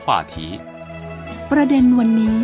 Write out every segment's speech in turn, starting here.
话题ประเด็นวันนี้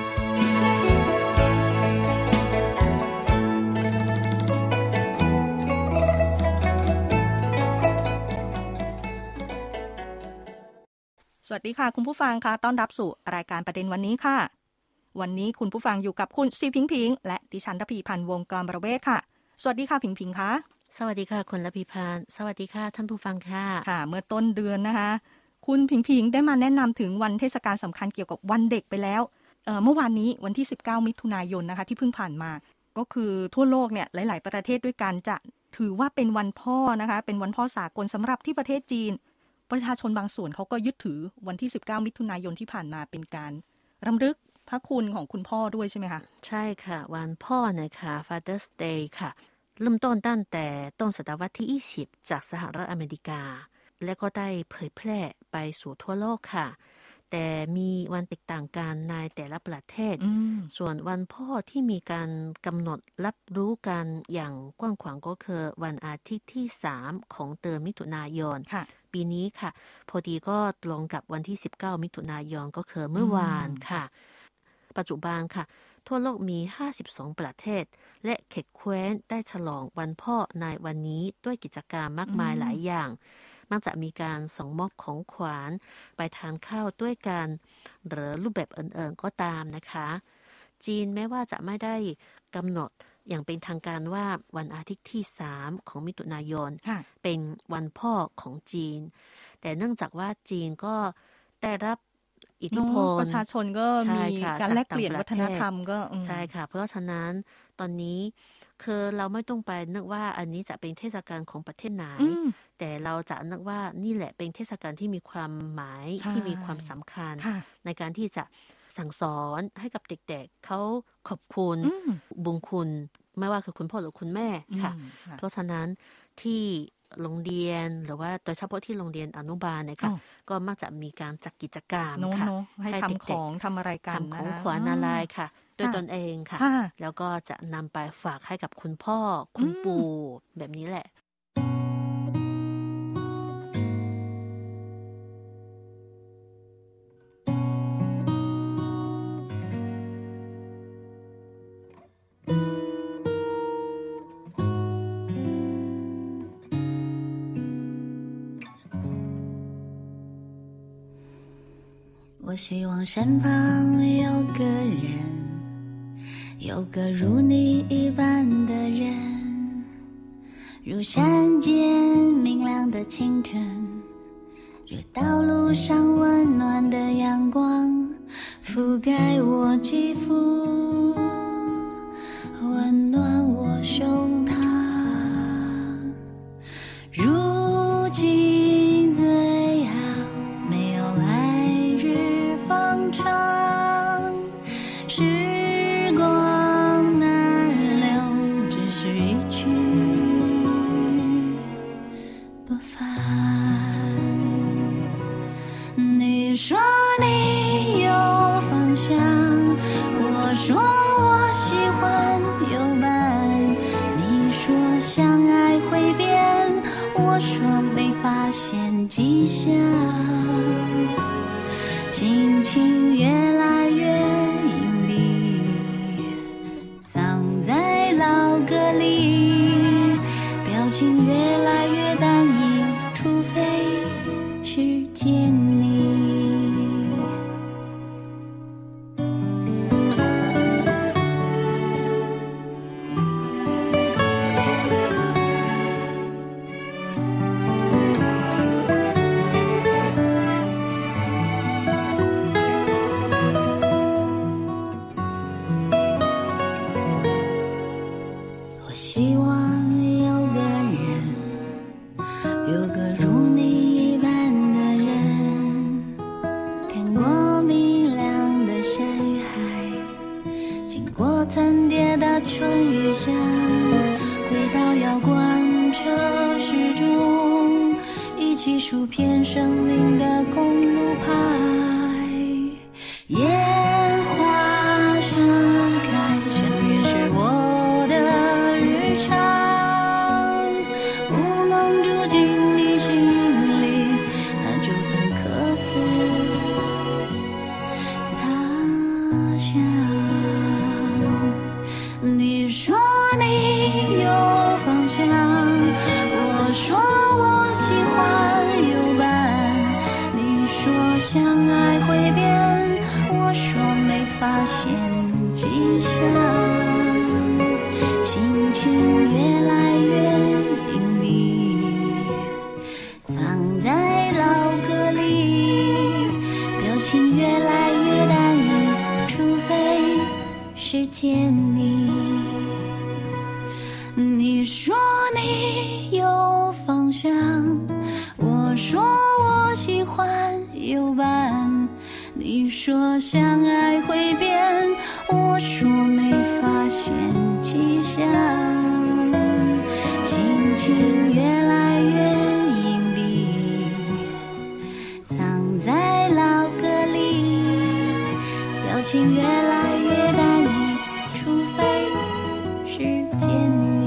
สวัสดีค่ะคุณผู้ฟังค่ะต้อนรับสู่รายการประเด็นวันนี้ค่ะวันนี้คุณผู้ฟังอยู่กับคุณซีพิงพิงและดิฉันระพีพันธ์วงกรประเวศค่ะสวัสดีค่ะพิงพิงค่ะสวัสดีค่ะคุณระพีพันธ์สวัสดีค่ะท่านผู้ฟังค่ะค่ะเมื่อต้นเดือนนะคะคุณพิงพิงได้มาแนะนำถึงวันเทศกาลสำคัญเกี่ยวกับวันเด็กไปแล้วเมื่อวานนี้วันที่19มิถุนายนนะคะที่เพิ่งผ่านมาก็คือทั่วโลกเนี่ยหลายๆประเทศด้วยกันจะถือว่าเป็นวันพ่อนะคะเป็นวันพ่อสากลสำหรับที่ประเทศจีนประชาชนบางส่วนเขาก็ยึดถือวันที่19มิถุนายนที่ผ่านมาเป็นการรำลึกพระคุณของคุณพ่อด้วยใช่ไหมคะใช่ค่ะวันพ่อนะคะ Father's Day ค่ะเริ่มต้นตั้งแต่ต้นศตวรรษที่20จากสหรัฐอเมริกาและก็ได้เผยแพร่ไปสู่ทั่วโลกค่ะแต่มีวันแตกต่างกันในแต่ละประเทศส่วนวันพ่อที่มีการกำหนดรับรู้กันอย่างกว้างขวางก็คือวันอาทิตย์ที่3ของเดือนมิถุนายนปีนี้ค่ะพอดีก็ตรงกับวันที่19มิถุนายนก็คือเมื่อวานค่ะปัจจุบันค่ะทั่วโลกมี52ประเทศและเขตแคว้นได้ฉลองวันพ่อในวันนี้ด้วยกิจกรรมมากมายหลายอย่างมักจะมีการส่งมอบของขวัญไปทานข้าวด้วยกันหรือรูปแบบอื่นๆก็ตามนะคะจีนแม้ว่าจะไม่ได้กำหนดอย่างเป็นทางการว่าวันอาทิตย์ที่3ของมิถุนายนเป็นวันพ่อของจีนแต่เนื่องจากว่าจีนก็ได้รับอิทธิพลประชาชนก็มีการแลกเปลี่ยนวัฒนธรรมก็ใช่ค่ะเพราะฉะนั้นตอนนี้คือเราไม่ต้องไปนึกว่าอันนี้จะเป็นเทศกาลของประเทศไหนแต่เราจะนึกว่านี่แหละเป็นเทศกาลที่มีความหมายที่มีความสำคัญในการที่จะสั่งสอนให้กับเด็กๆเขาขอบคุณบุญคุณไม่ว่าคือคุณพ่อหรือคุณแม่ค่ะเพราะฉะนั้นที่โรงเรียนหรือว่าโดยเฉพาะที่โรงเรียนอนุบาลนะคะก็มักจะมีการจัดกิจกรรมค่ะให้ทำของทำอะไรกันทำของขวัญอะไรค่ะด้วยตนเองค่ะแล้วก็จะนำไปฝากให้กับคุณพ่อคุณปู่แบบนี้แหละ我希望身旁有个人，有个如你一般的人，如山间明亮的清晨，如道路上温暖的阳光，覆盖我肌肤，温暖我胸膛。如今最好没有来日方长，时光难留，只是一去不返。你说你有方向，我说我喜欢有伴，你说相爱会变，我说没发现迹象，心情越来越隐蔽，藏在老歌里，表情越来越单一，除非是见你。希望有个人，有个如你一般的人，看过明亮的山与海，经过层叠的春与夏，轨道遥观车时钟，一起数遍生命的公路牌，烟花盛开，相遇是我的日常，不能住进你心里，那就算渴死说我喜欢有伴，你说相爱会变，我说没发现迹象，心情越来越隐秘，藏在老歌里，表情越来越淡然，除非是见你。你说你有方向，我说我喜欢有伴，你说相爱会变，我说没发现迹象，心情越来越隐蔽，藏在老歌里，表情越来越淡然，除非是见你。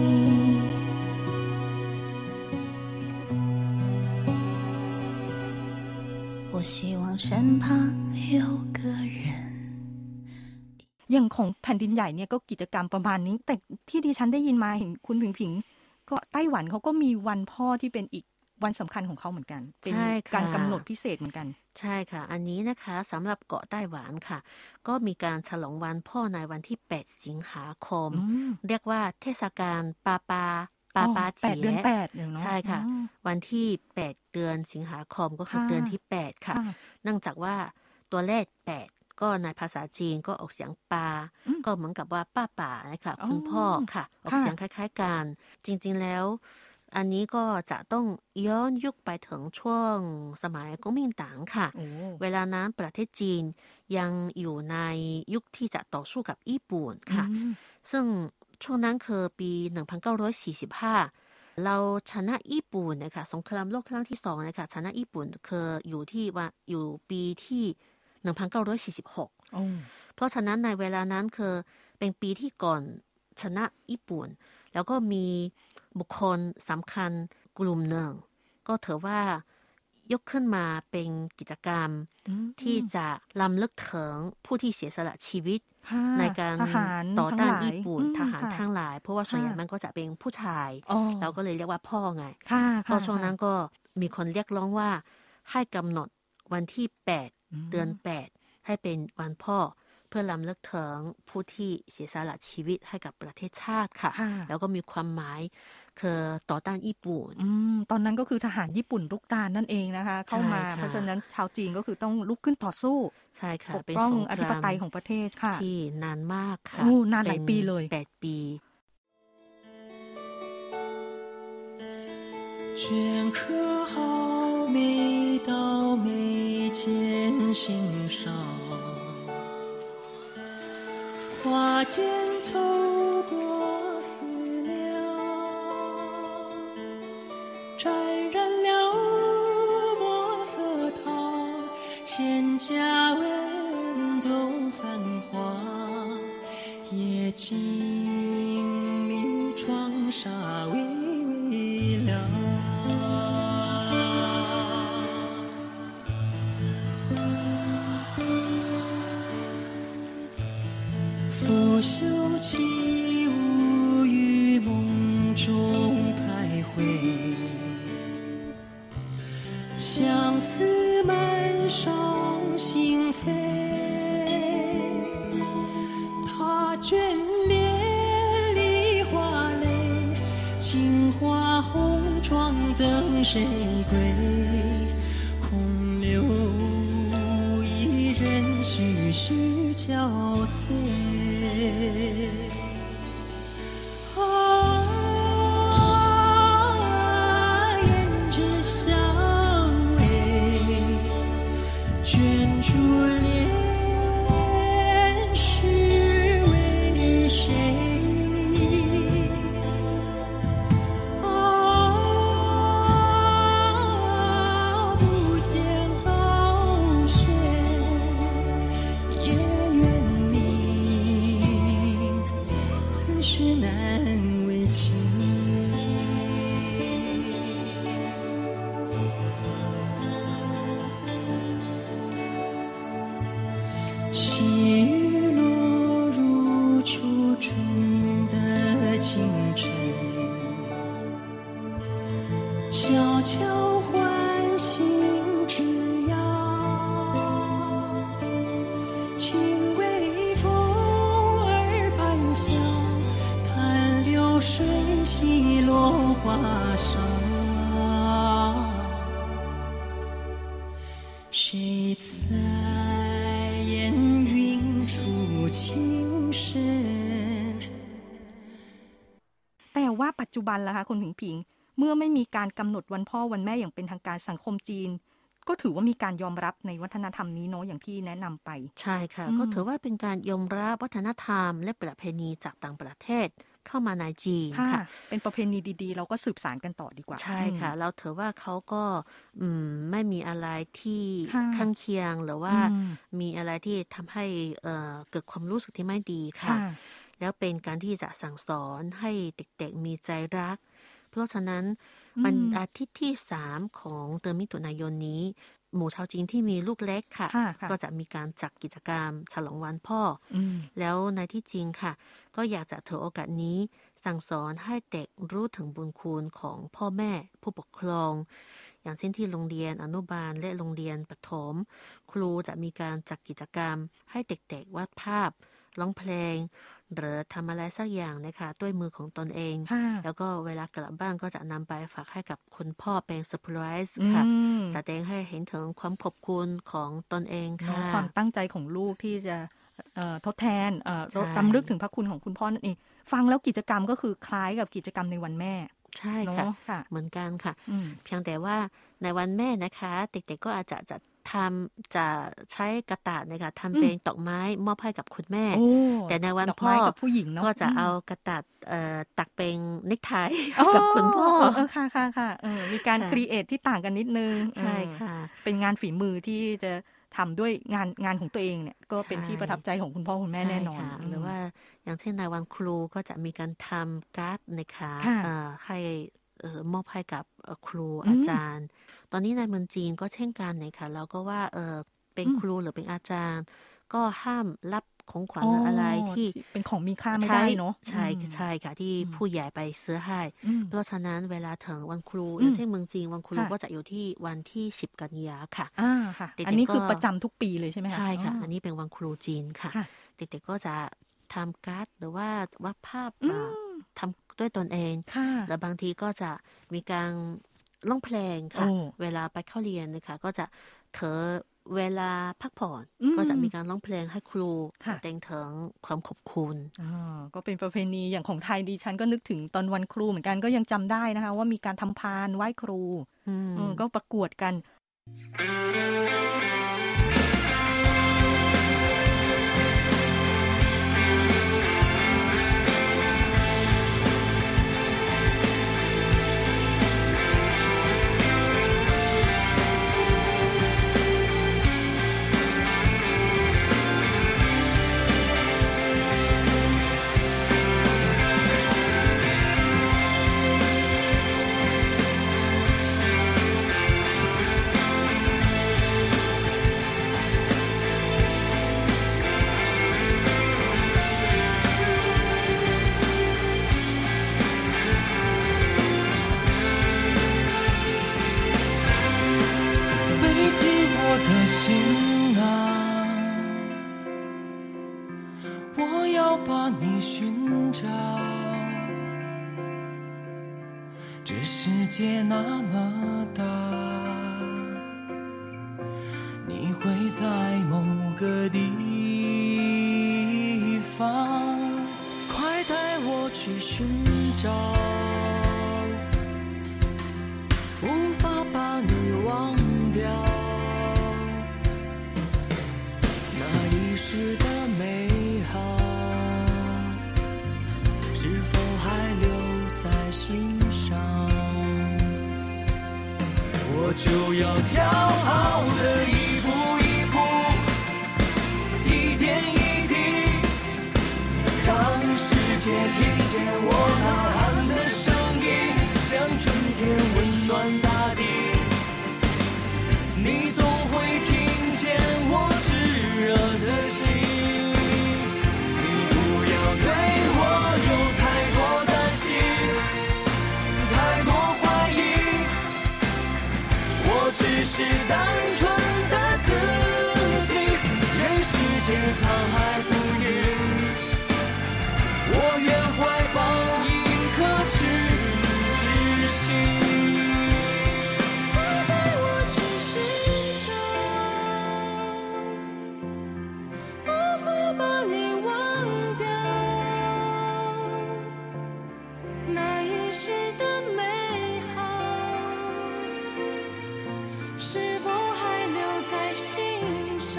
我希望身旁有个人。 อย่างของแผ่นดินใหญ่เนี่ยก็กิจกรรมประมาณนี้แต่ที่ดิฉันได้ยินมาเห็นคุณผิงก็ไต้หวันเขาก็มีวันพ่อที่เป็นอีกวันสำคัญของเขาเหมือนกันเป็นการกำหนดพิเศษเหมือนกันใช่ค่ะอันนี้นะคะสำหรับเกาะไต้หวันค่ะก็มีการฉลองวันพ่อในวันที่8สิงหาคมเรียกว่าเทศกาลปาเจี๋ย 8 เดือน 8เนาะใช่ค่ะวันที่8เดือนสิงหาคมก็คือเดือนที่8ค่ะเนื่องจากว่าตัวเลข8ก็ในภาษาจีนก็ออกเสียงปาก็เหมือนกับว่าป้าป่านะคะคุณพ่อค่ะออกเสียงคล้ายๆกันจริงๆแล้วอันนี้ก็จะต้องย้อนยุคไปถึงช่วงสมัยก๊กมินตั๋งค่ะเวลานั้นประเทศจีนยังอยู่ในยุคที่จะต่อสู้กับญี่ปุ่นค่ะซึ่งช่วงนั้นคือปี1945เราชนะญี่ปุ่นนะคะสงครามโลกครั้งที่2นะคะชนะญี่ปุ่นคืออยู่ปีที่1946เพราะฉะนั้นในเวลานั้นคือเป็นปีที่ก่อนชนะญี่ปุ่นแล้วก็มีบุคคลสำคัญกลุ่มหนึ่งก็ถือว่ายกขึ้นมาเป็นกิจกรรมที่จะรำลึกถึงผู้ที่เสียสละชีวิตในการต่อต้านญี่ปุ่นทหารทั้งหลายเพราะว่าส่วนใหญ่มันก็จะเป็นผู้ชายเราก็เลยเรียกว่าพ่อไงก็ช่วงนั้นก็มีคนเรียกร้องว่าให้กำหนดวันที่8เดือน8ให้เป็นวันพ่อเพื่อรำลึกถึงผู้ที่เสียสละชีวิตให้กับประเทศชาติค่ะแล้วก็มีความหมายคือต่อต้านญี่ปุ่นตอนนั้นก็คือทหารญี่ปุ่นรุกรานนั่นเองนะคะเข้ามาเพราะฉะนั้นชาวจีนก็คือต้องลุกขึ้นต่อสู้ใช่ค่ะปกป้องอธิปไตยของประเทศค่ะที่นานมากค่ะนานหลายปีเลย 8ปี镌刻好每道眉间心上花间透过思量沾染了墨色烫千家文都繁华夜静谧窗纱微微亮拂袖起舞于梦中徘徊相思满上心扉他眷恋梨花泪青花红妆等谁归空留一人徐徐憔悴胭脂香味卷珠帘是为谁不见高轩夜远明悄悄唤醒枝桠，轻微风儿伴笑，弹流水洗落花梢。谁在烟云处轻声？ แต่ว่าปัจจุบันล่ะคะคุณผิงเมื่อไม่มีการกำหนดวันพ่อวันแม่อย่างเป็นทางการสังคมจีนก็ถือว่ามีการยอมรับในวัฒนธรรมนี้เนาะอย่างที่แนะนำไปใช่ค่ะก็ถือว่าเป็นการยอมรับวัฒนธรรมและประเพณีจากต่างประเทศเข้ามาในจีนค่ะเป็นประเพณีดีๆเราก็สืบสานกันต่อดีกว่าใช่ค่ะเราถือว่าเขาก็ไม่มีอะไรที่ข้างเคียงหรือว่ามีอะไรที่ทำให้เกิดความรู้สึกที่ไม่ดีค่ะแล้วเป็นการที่จะสั่งสอนให้เด็กๆมีใจรักเพราะฉะนั้นวันอาทิตย์ที่3ของเดือนมิถุนายนนี้หมู่ชาวจีนที่มีลูกเล็กค่ะก็จะมีการจัดกิจกรรมฉลองวันพ่อแล้วในที่จริงค่ะก็อยากจะถือโอกาสนี้สั่งสอนให้เด็กรู้ถึงบุญคุณของพ่อแม่ผู้ปกครองอย่างเช่นที่โรงเรียนอนุบาลและโรงเรียนประถมครูจะมีการจัดกิจกรรมให้เด็กๆวาดภาพร้องเพลงหรือทำอะไรสักอย่างนะคะด้วยมือของตนเองแล้วก็เวลากลับบ้านก็จะนำไปฝากให้กับคุณพ่อเป็นเซอร์ไพรส์ค่ะแสดงให้เห็นถึงความขอบคุณของตนเองค่ะความตั้งใจของลูกที่จะทดแทนรำลึกถึงพระคุณของคุณพ่อนั่นเองฟังแล้วกิจกรรมก็คือคล้ายกับกิจกรรมในวันแม่ใช่ค่ะเหมือนกันค่ะเพียงแต่ว่าในวันแม่นะคะเด็กๆก็อาจจะใช้กระดาษนะคะทำเป็นดอกไม้มอบให้กับคุณแม่แต่ในวันพ่อก็จะเอากระดาษตักเป็นเนคไทกับคุณพ่อค่ะมีการครีเอทที่ต่างกันนิดนึงใช่ค่ะเป็นงานฝีมือที่จะทำด้วยงานของตัวเองเนี่ยก็เป็นที่ประทับใจของคุณพ่อคุณแม่แน่นอนหรือว่าอย่างเช่นในวันครูก็จะมีการทำการ์ดนะคะให้มอบให้กับครูอาจารย์ตอนนี้ในเมืองจีนก็เช่นกันนะคะเราก็ว่าเป็นครูหรือเป็นอาจารย์ก็ห้ามรับของขวัญอะไรที่เป็นของมีค่าไม่ได้เนาะใช่ค่ะที่ผู้ใหญ่ไปซื้อให้เพราะฉะนั้นเวลาถึงวันครูอย่างเช่นเมืองจีนวันครูก็จะอยู่ที่วันที่10 กันยาค่ะอันนี้คือประจำทุกปีเลยใช่ไหมคะใช่ค่ะอันนี้เป็นวันครูจีนค่ะเด็กๆก็จะทำการ์ดหรือว่าวาดภาพทำด้วยตนเองแล้วบางทีก็จะมีการร้องเพลงค่ะเวลาไปเข้าเรียนนะคะก็จะเวลาพักผ่อนก็จะมีการร้องเพลงให้ครูแสดงถึงความขอบคุณก็เป็นประเพณีอย่างของไทยดิฉันก็นึกถึงตอนวันครูเหมือนกันก็ยังจำได้นะคะว่ามีการทำพานไหว้ครูก็ประกวดกัน把你寻找，这世界那么大，你会在某个地方，快带我去寻找，无法把你忘掉，那一世的美好是否还留在心上？我就要骄傲地一步一步，一点一滴，让世界听见我呐喊的声音，像春天温暖大地。你总会听见我炙热的心。 是单纯的自己，任世间沧海浮云，我愿怀抱一颗赤子之心。 带我去寻找，无法把你忘掉，那一世的美好，是否还留在心上？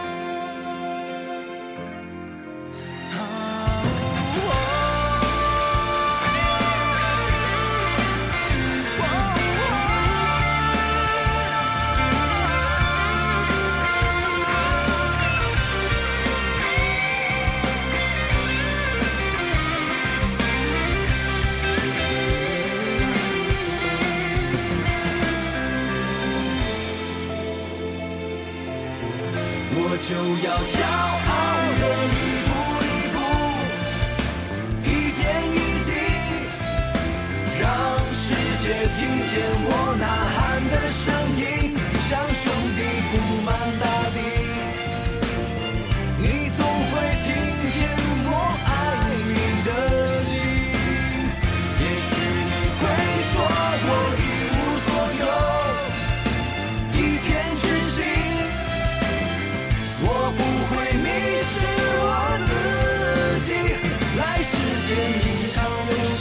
我就要骄傲的一步一步，一点一滴，让世界听见我呐喊的声音，像兄弟布满大地。你总会听见我爱你的心，也许你会说我一无所有，一片痴心。我不会迷失我自己，来世间一场游戏，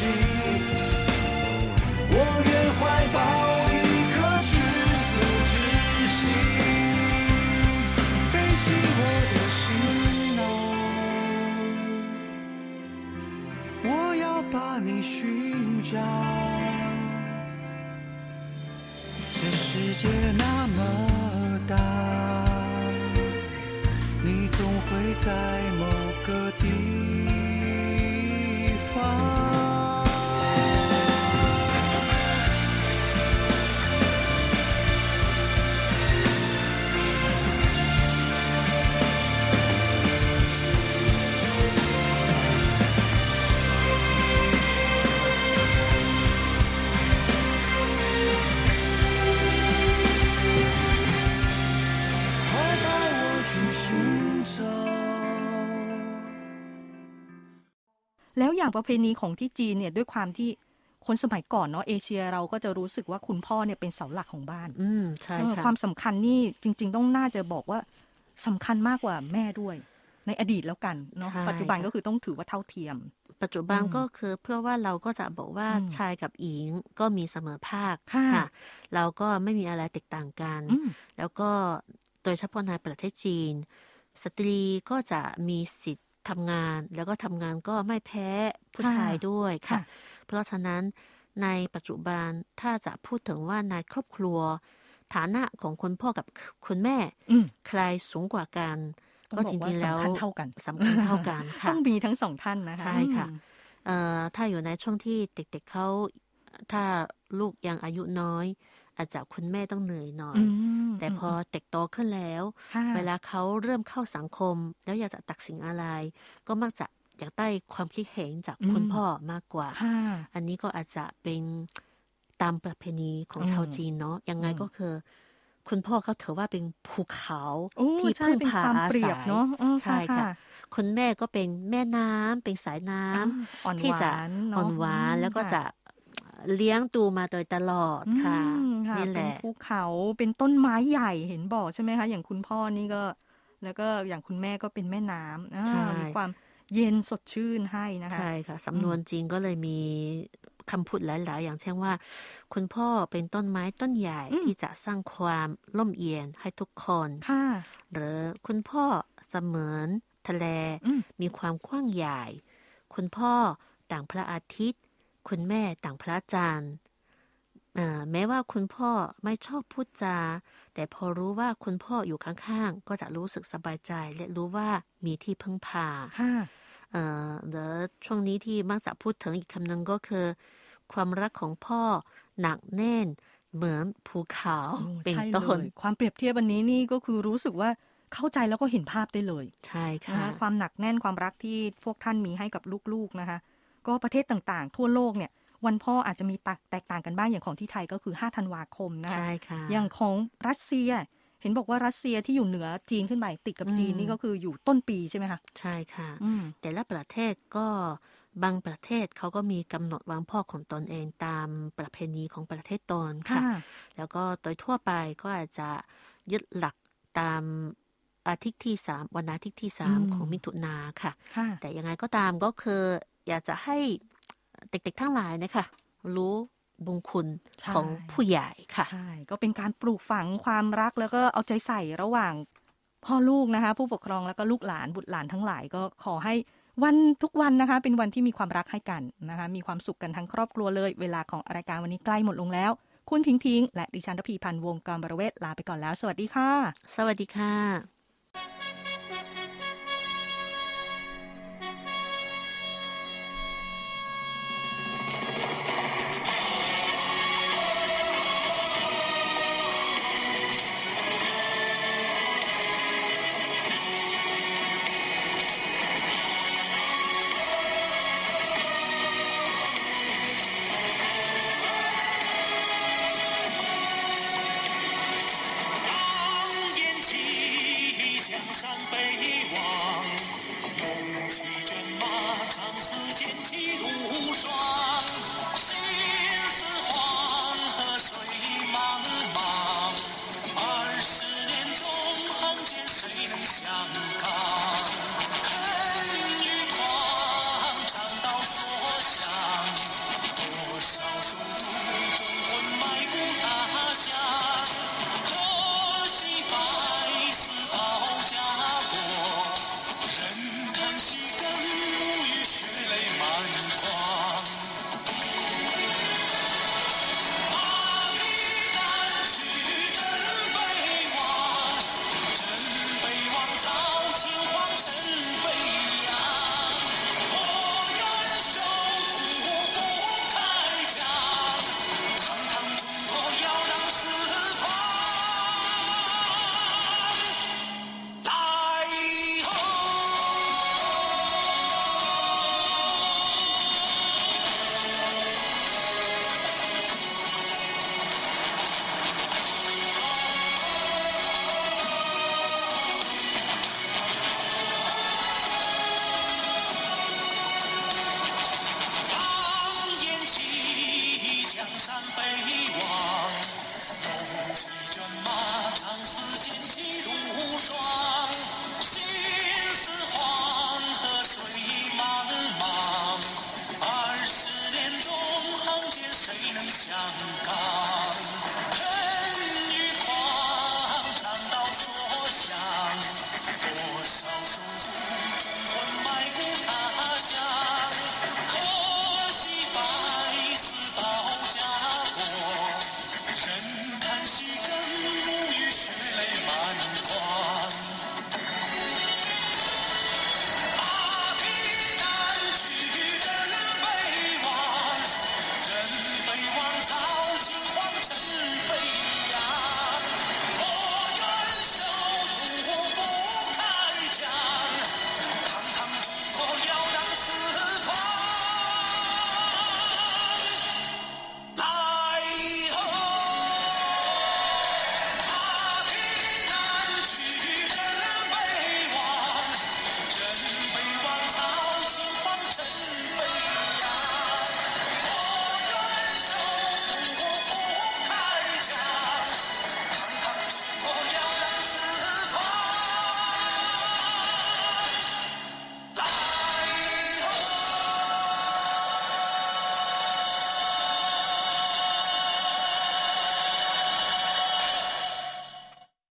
我愿怀抱一颗赤子之心，背起我的行囊，我要把你寻找。这世界那么大，你总会在某个地方。快带我去寻找。 แล้วอย่างประเพณีของที่จีนเนี่ยด้วยความที่คนสมัยก่อนเนาะเอเชียเราก็จะรู้สึกว่าคุณพ่อเนี่ยเป็นเสาหลักของบ้านใช่ค่ะความสำคัญนี่จริงๆต้องน่าจะบอกว่าสำคัญมากกว่าแม่ด้วยในอดีตแล้วกันเนาะปัจจุบันก็คือต้องถือว่าเท่าเทียมปัจจุบันก็คือเพื่อว่าเราก็จะบอกว่าชายกับหญิงก็มีเสมอภาคค่ะเราก็ไม่มีอะไรแตกต่างกันแล้วก็โดยเฉพาะในประเทศจีนสตรีก็จะมีสิทธิ์ทำงานแล้วก็ทำงานก็ไม่แพ้ผู้ชายด้วยค่ะเพราะฉะนั้นในปัจจุบันถ้าจะพูดถึงว่าในครอบครัวฐานะของคุณพ่อกับคุณแม่ใครสูงกว่ากันก็จริงๆแล้วสำคัญเท่ากันค่ะต้องมีทั้งสองท่านนะคะใช่ค่ะถ้าอยู่ในช่วงที่เด็กๆเขาถ้าลูกยังอายุน้อยอาจจะคุณแม่ต้องเหนื่อยหน่อยแต่พอเด็กโตขึ้นแล้วเวลาเขาเริ่มเข้าสังคมแล้วอยากจะตัดสินอะไรก็มักจะอยากได้ความคิดเห็นจากคุณพ่อมากกว่าอันนี้ก็อาจจะเป็นตามประเพณีของชาวจีนเนาะยังไงก็คือคุณพ่อเขาถือว่าเป็นภูเขาที่พึ่งพาอาศัยใช่ค่ะคุณแม่ก็เป็นแม่น้ำเป็นสายน้ำที่จะอ่อนหวานแล้วก็จะเลี้ยงดูมาโดยตลอดค่ะนี่แหละเป็นภูเขาเป็นต้นไม้ใหญ่เห็นบอกใช่ไหมคะอย่างคุณพ่อนี่ก็แล้วก็อย่างคุณแม่ก็เป็นแม่น้ำมีความเย็นสดชื่นให้นะคะใช่ค่ะสำนวนจริงก็เลยมีคำพูดหลายๆอย่างเช่นว่าคุณพ่อเป็นต้นไม้ต้นใหญ่ที่จะสร้างความร่มเย็นให้ทุกคนหรือคุณพ่อเสมือนทะเลมีความกว้างใหญ่คุณพ่อต่างพระอาทิตย์คุณแม่ต่างพระจันทร์แม้ว่าคุณพ่อไม่ชอบพูดจาแต่พอรู้ว่าคุณพ่ออยู่ข้างๆก็จะรู้สึกสบายใจและรู้ว่ามีที่พึ่งพาแล้วช่วงนี้ที่มักจะพูดถึงอีกคำหนึ่งก็คือความรักของพ่อหนักแน่นเหมือนภูเขาเป็นต้นความเปรียบเทียบวันนี้นี่ก็คือรู้สึกว่าเข้าใจแล้วก็เห็นภาพได้เลยใช่ค่ะความหนักแน่นความรักที่พวกท่านมีให้กับลูกๆนะคะก็ประเทศต่างๆทั่วโลกเนี่ยวันพ่ออาจจะมีแตกต่างกันบ้างอย่างของที่ไทยก็คือ5ธันวาคมนะคะใช่ค่ะอย่างของรัสเซียเห็นบอกว่ารัสเซียที่อยู่เหนือจีนขึ้นไปติดกับจีนนี่ก็คืออยู่ต้นปีใช่ไหมคะใช่ค่ะแต่ละประเทศก็บางประเทศเขาก็มีกำหนดวันพ่อของตนเองตามประเพณีของประเทศตนค่ะแล้วก็โดยทั่วไปก็อาจจะยึดหลักตามอาทิตย์ที่3วันอาทิตย์ที่3ของมิถุนาค่ะแต่ยังไงก็ตามก็คืออยากจะให้เด็กๆทั้งหลายนะคะรู้บุญคุณของผู้ใหญ่ค่ะใช่ก็เป็นการปลูกฝังความรักแล้วก็เอาใจใส่ระหว่างพ่อลูกนะคะผู้ปกครองแล้วก็ลูกหลานบุตรหลานทั้งหลายก็ขอให้วันทุกวันนะคะเป็นวันที่มีความรักให้กันนะคะมีความสุขกันทั้งครอบครัวเลยเวลาของรายการวันนี้ใกล้หมดลงแล้วคุณพิงพิงและดิฉันทพีพันธ์วงศ์กรบรเวศลาไปก่อนแล้วสวัสดีค่ะสวัสดีค่ะ